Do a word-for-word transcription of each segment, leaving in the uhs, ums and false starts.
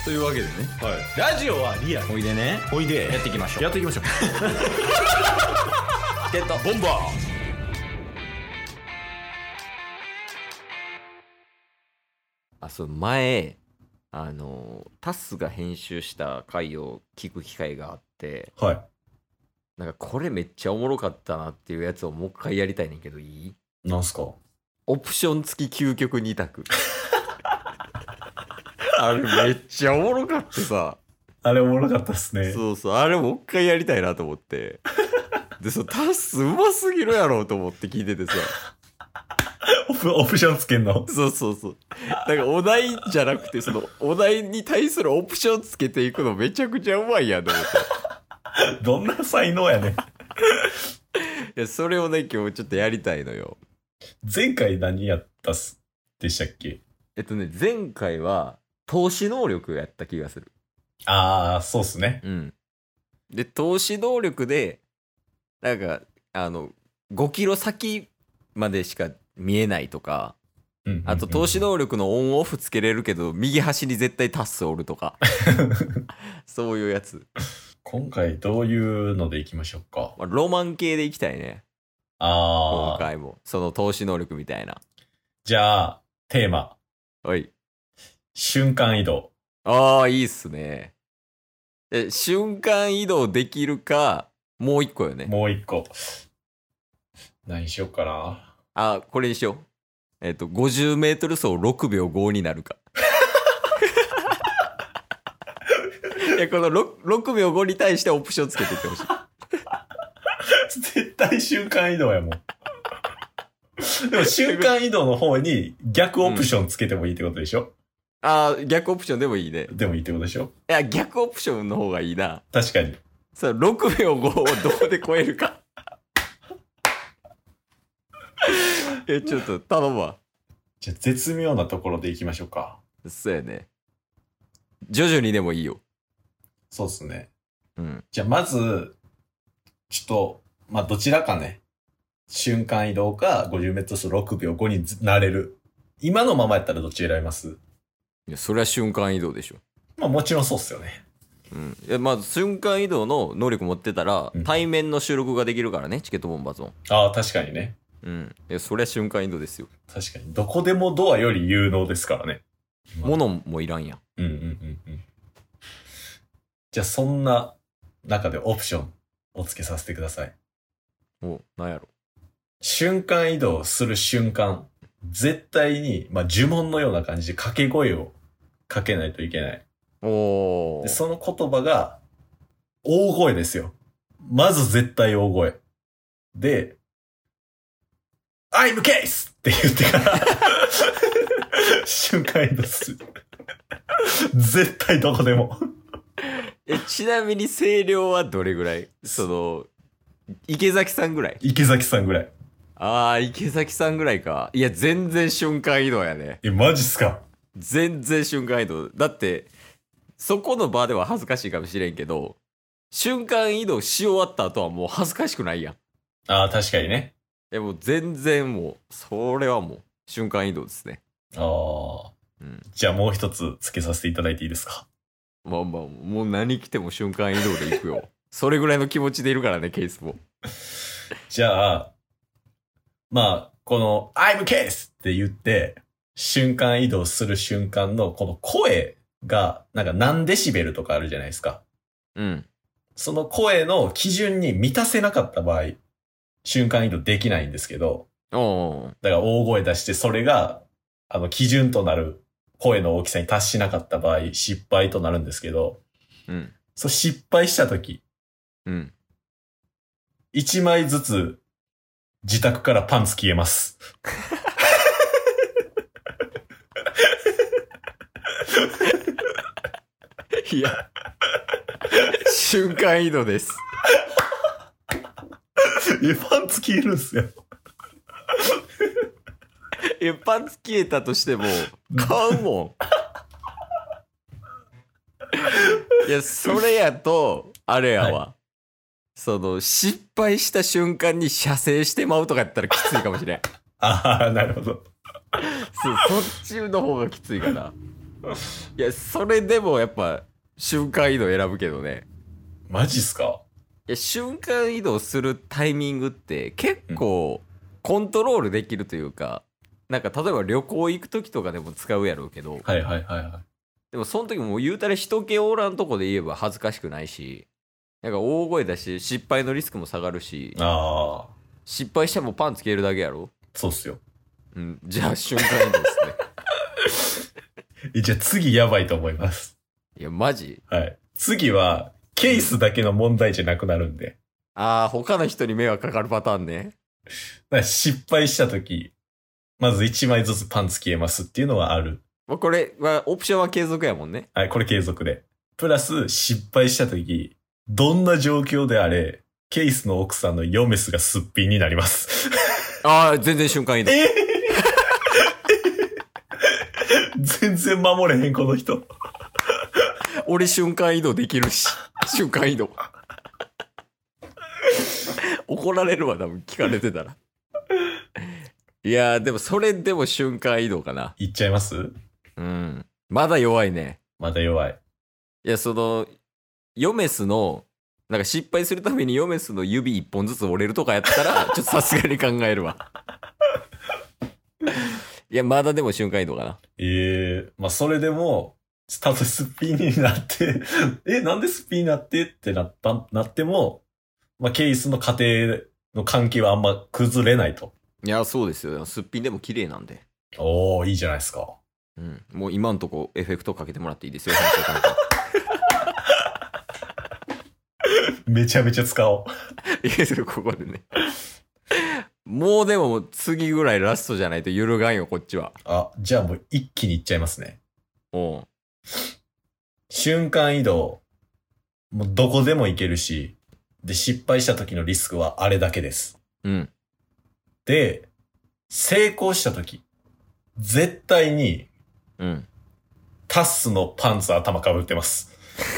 というわけでね、 はい、ラジオはリアル。 おいでね、 おいでやっていきましょう。 やっていきましょうゲットボンバー。 あ、そう、前あのタスが編集した回を聞く機会があって、 はい。 なんかこれめっちゃおもろかったなっていうやつをもう一回やりたいねんけど、いい？ なんすか？ オプション付き究極二択あれめっちゃおもろかってさ。 あれおもろかったっすね。 そうそう、あれもう一回やりたいなと思ってで、そう、タスうますぎるやろと思って聞いててさオプ、オプションつけんの？ そうそうそう。なんかお題じゃなくて、そのお題に対するオプションつけていくのめちゃくちゃうまいやんと思ってどんな才能やねん。いや、それをね、今日ちょっとやりたいのよ。 前回何やったっすでしたっけ？ えっとね、前回は投資能力やった気がする。 ああ、そうっすね。 うん。で、投資能力で、なんか、あの、ごキロ先までしか見えないとか、 うんうんうん、 あと投資能力のオンオフつけれるけど、右端に絶対タスおるとか、そういうやつ。 今回どういうのでいきましょうか。 まあ、ロマン系でいきたいね。 ああ。 今回も。その投資能力みたいな。 じゃあ、テーマ。 はい。 瞬間移動。 ああ、いいっすね。え、瞬間移動できるか、もう一個よね。 もう一個。何しよっかな。 あ、これにしよう。えっと、ごじゅうメートル走ろくびょうごになるか。いや、この 6, ろくびょうごに対してオプションつけていってほしい。 絶対瞬間移動やもん。でも瞬間移動の方に逆オプションつけてもいいってことでしょ？うん、 ああ、逆オプションでもいいね。 でもいいってことでしょ？ いや、逆オプションの方がいいな。 確かに。 さあ、ろくびょうごをどこで超えるか。え、ちょっと頼むわ。 じゃあ絶妙なところでいきましょうか。 そうやね。徐々にでもいいよ。 そうっすね。 うん。 じゃあまず、ちょっと、まあどちらかね。瞬間移動かごじゅうメートル走ろくびょうごになれる。今のままやったらどっち選びます？ いや、それは瞬間移動でしょ。 まあもちろんそうっすよね。 うん。いや、まず瞬間移動の能力持ってたら、 うん、 対面の収録ができるからね、チケットボンバーゾーン。 ああ、確かにね。 うん。いや、それは瞬間移動ですよ。 確かに。どこでもドアより有能ですからね。 物もいらんやん。 うんうんうんうん。じゃあそんな中でオプションをつけさせてください。 お、なんやろ。 瞬間移動する瞬間、絶対に、まあ、呪文のような感じで掛け声をかけないといけない。 おー。 で、その言葉が、大声ですよ。まず絶対大声。で、I'm Case! って言ってから瞬間移動する。絶対どこでも。 え、ちなみに声量はどれぐらい？その、池崎さんぐらい？ 池崎さんぐらい。 あー、池崎さんぐらいか。いや、全然瞬間移動やね。 え、マジっすか？ 全然瞬間移動。だって、そこの場では恥ずかしいかもしれんけど、瞬間移動し終わった後はもう恥ずかしくないやん。 ああ、確かにね。 いや、もう全然もう、それはもう、瞬間移動ですね。 ああ。うん。じゃあもう一つ付けさせていただいていいですか？ まあまあ、もう何来ても瞬間移動で行くよ。それぐらいの気持ちでいるからね、ケースも。 じゃあ、まあ、この I'm Case って言って、瞬間移動する瞬間のこの声が、なんか何デシベルとかあるじゃないですか。 うん。 その声の基準に満たせなかった場合、瞬間移動できないんですけど、 おー。 だから大声出してそれが、あの、基準となる声の大きさに達しなかった場合、失敗となるんですけど、 うん。 そう失敗したとき、 うん。 一枚ずつ自宅からパンツ消えます。 いや、瞬間移動です。 え、パンツ消えるんすよ。 え、パンツ消えたとしても、買うもん。いや、それやと、あれやわ。はい、その、失敗した瞬間に射精してまうとかやったらきついかもしれん。 ああ、なるほど。 そ、そっちの方がきついかな。 いやそれでもやっぱ瞬間移動選ぶけどね。 マジっすか？ いや瞬間移動するタイミングって結構コントロールできるというか、なんか例えば旅行行く時とかでも使うやろうけど、 はいはいはいはい。 でもその時も言うたら人気おらんとこで言えば恥ずかしくないし、なんか大声だし失敗のリスクも下がるし、 ああ、 失敗してもパンつけるだけやろ。 そうっすよ。 うん、じゃあ瞬間移動ですね。 え、じゃあ次やばいと思います。 いやマジ？ はい。次は、ケースだけの問題じゃなくなるんで。 ああ他の人に迷惑かかるパターンね。 だから失敗した時、まずいちまいずつパンツ消えますっていうのはある。 まあ、これはオプションは継続やもんね。 はい、これ継続で。プラス、失敗した時、どんな状況であれ、ケースの奥さんのヨメスがすっぴんになります。 ああ全然瞬間移動。 えー、全然守れへん、この人。 俺瞬間移動できるし。瞬間移動。怒られるわ多分聞かれてたら。いやーでもそれでも瞬間移動かな。 いっちゃいます？ うん。まだ弱いね。 まだ弱い。 いやそのヨメスのなんか失敗するためにヨメスの指一本ずつ折れるとかやったらちょっとさすがに考えるわ。いやまだでも瞬間移動かな。 ええー、まあそれでも、たとえすっぴんになって、え、なんですっぴんになってってなった、なっても、まあケースの家庭の関係はあんま崩れないと。 いやそうですよ。すっぴんでも綺麗なんで。 おー、いいじゃないですか。 うん。もう今んとこエフェクトかけてもらっていいですよ。編集担当めちゃめちゃ使おう。 いやそれここでね。もうでも次ぐらいラストじゃないと揺るがんよこっちは。 あ、じゃあもう一気にいっちゃいますね。 おう。 瞬間移動、もうどこでも行けるし、で、失敗した時のリスクはあれだけです。 うん。 で、成功した時、絶対に、 うん。 タッスのパンツ頭かぶってます。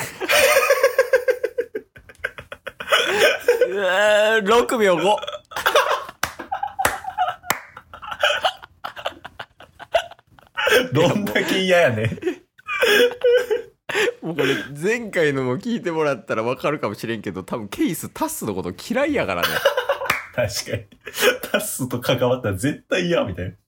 うわーろくびょうご。 どんだけ嫌やねん。 もうこれ前回のも聞いてもらったら分かるかもしれんけど、多分ケイスタスのこと嫌いやからね。 確かに。タッスと関わったら絶対嫌みたいな。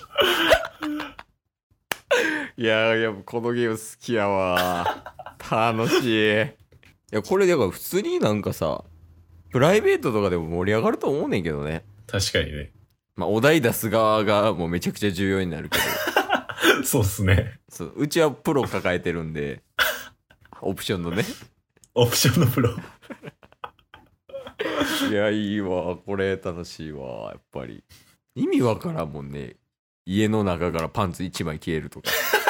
いやいやこのゲーム好きやわ。楽しい。いやこれだから普通になんかさプライベートとかでも盛り上がると思うねんけどね。 確かにね。 まあお題出す側がもうめちゃくちゃ重要になるけど。 そうっすね。 そう、うちはプロ抱えてるんでオプションのね。 オプションのプロ。 いやいいわこれ楽しいわ。やっぱり意味わからんもんね。家の中からパンツいちまい消えるとか。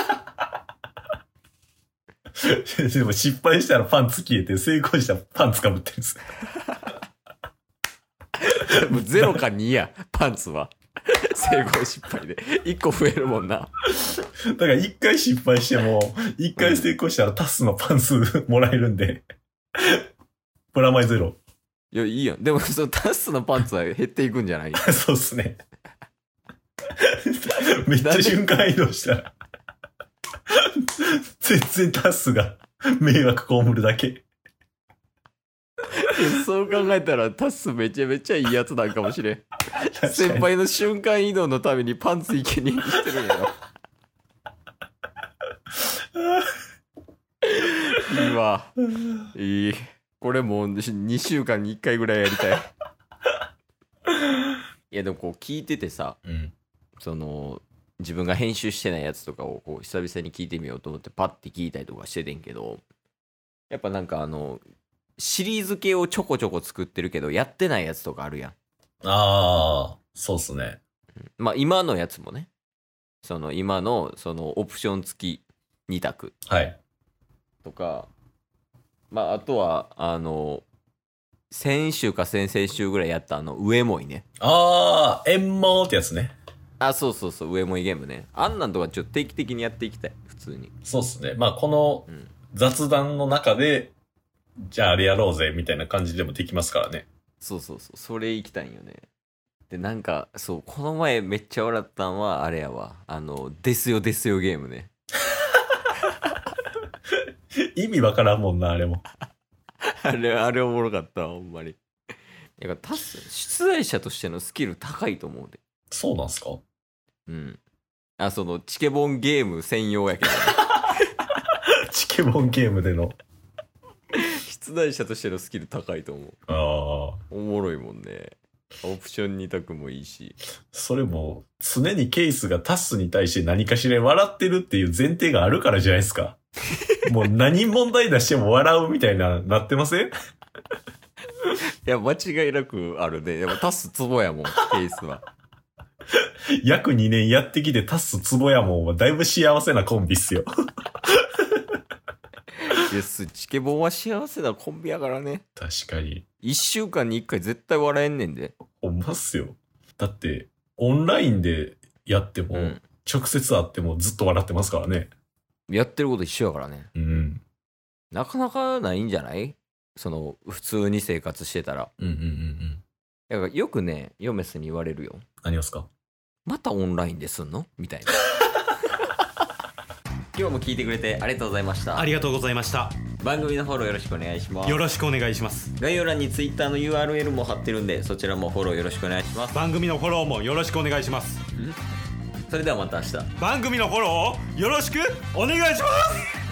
でも失敗したらパンツ消えて、成功したらパンツかぶってるんです。 もうゼロかにやパンツは。成功失敗でいっこ増えるもんな。 だから一回失敗しても、一回成功したらタスのパンツもらえるんで、プラマイゼロ。 いやいいやん。でもそのタスのパンツは減っていくんじゃない？ そうっすね。めっちゃ瞬間移動したら、全然タスが迷惑被るだけ。 そう考えたらタスめちゃめちゃいいやつなんかもしれん。先輩の瞬間移動のためにパンツ生贄にしてるんやろ。いいわ。いい。これもうにしゅうかんにいっかいぐらいやりたい。いやでもこう聞いててさ、 うん、 その自分が編集してないやつとかをこう久々に聞いてみようと思ってパッて聞いたりとかしててんけど、やっぱなんかあのシリーズ系をちょこちょこ作ってるけどやってないやつとかあるやん。 ああ、そうっすね。 まあ今のやつもね、その今のそのオプション付きに択はいとか、まああとはあの先週か先々週ぐらいやったあの上もいね。 ああ、円毛ってやつね。 あ、そうそうそう、上もいゲームね。あんなんとかちょっと定期的にやっていきたい、普通に。 そうっすね。まあこのうん。 雑談の中で、じゃああれやろうぜみたいな感じでもできますからね。 そうそうそう、それ行きたいんよね。で、なんか、そう、この前めっちゃ笑ったんは、あれやわ。あの、ですよですよゲームね。 意味わからんもんな、あれも。 あれ、あれおもろかったわ、ほんまに。いや、タス、出題者としてのスキル高いと思うで。 そうなんすか？ うん。あ、その、チケボンゲーム専用やけど、ね、 チケボンゲームでの。 出題者としてのスキル高いと思う。 ああ。 おもろいもんね。オプションに択もいいし。 それも、常にケースがタスに対して何かしら笑ってるっていう前提があるからじゃないですか。もう何問題出しても笑うみたいな、なってません？ いや、間違いなくあるね。でもタスツボやもん、ケースは。 約にねんやってきてタスツボやもんはだいぶ幸せなコンビっすよ。 いや、スチケボンは幸せなコンビやからね。 確かに。 いっしゅうかんにいっかい絶対笑えんねんで。 ほんまっすよ。だって、オンラインでやっても、うん、直接会ってもずっと笑ってますからね。 やってること一緒やからね。 うん。 なかなかないんじゃない？その、普通に生活してたら。 うんうんうんうん。 だからよくね、ヨメスに言われるよ。 何ですか？ またオンラインですんの？みたいな。今日も聞いてくれてありがとうございました。 ありがとうございました。 番組のフォローよろしくお願いします。 よろしくお願いします。 概要欄に Twitter の ユーアールエル も貼ってるんで、そちらもフォローよろしくお願いします。 番組のフォローもよろしくお願いします。 それではまた明日。 番組のフォローをよろしくお願いします。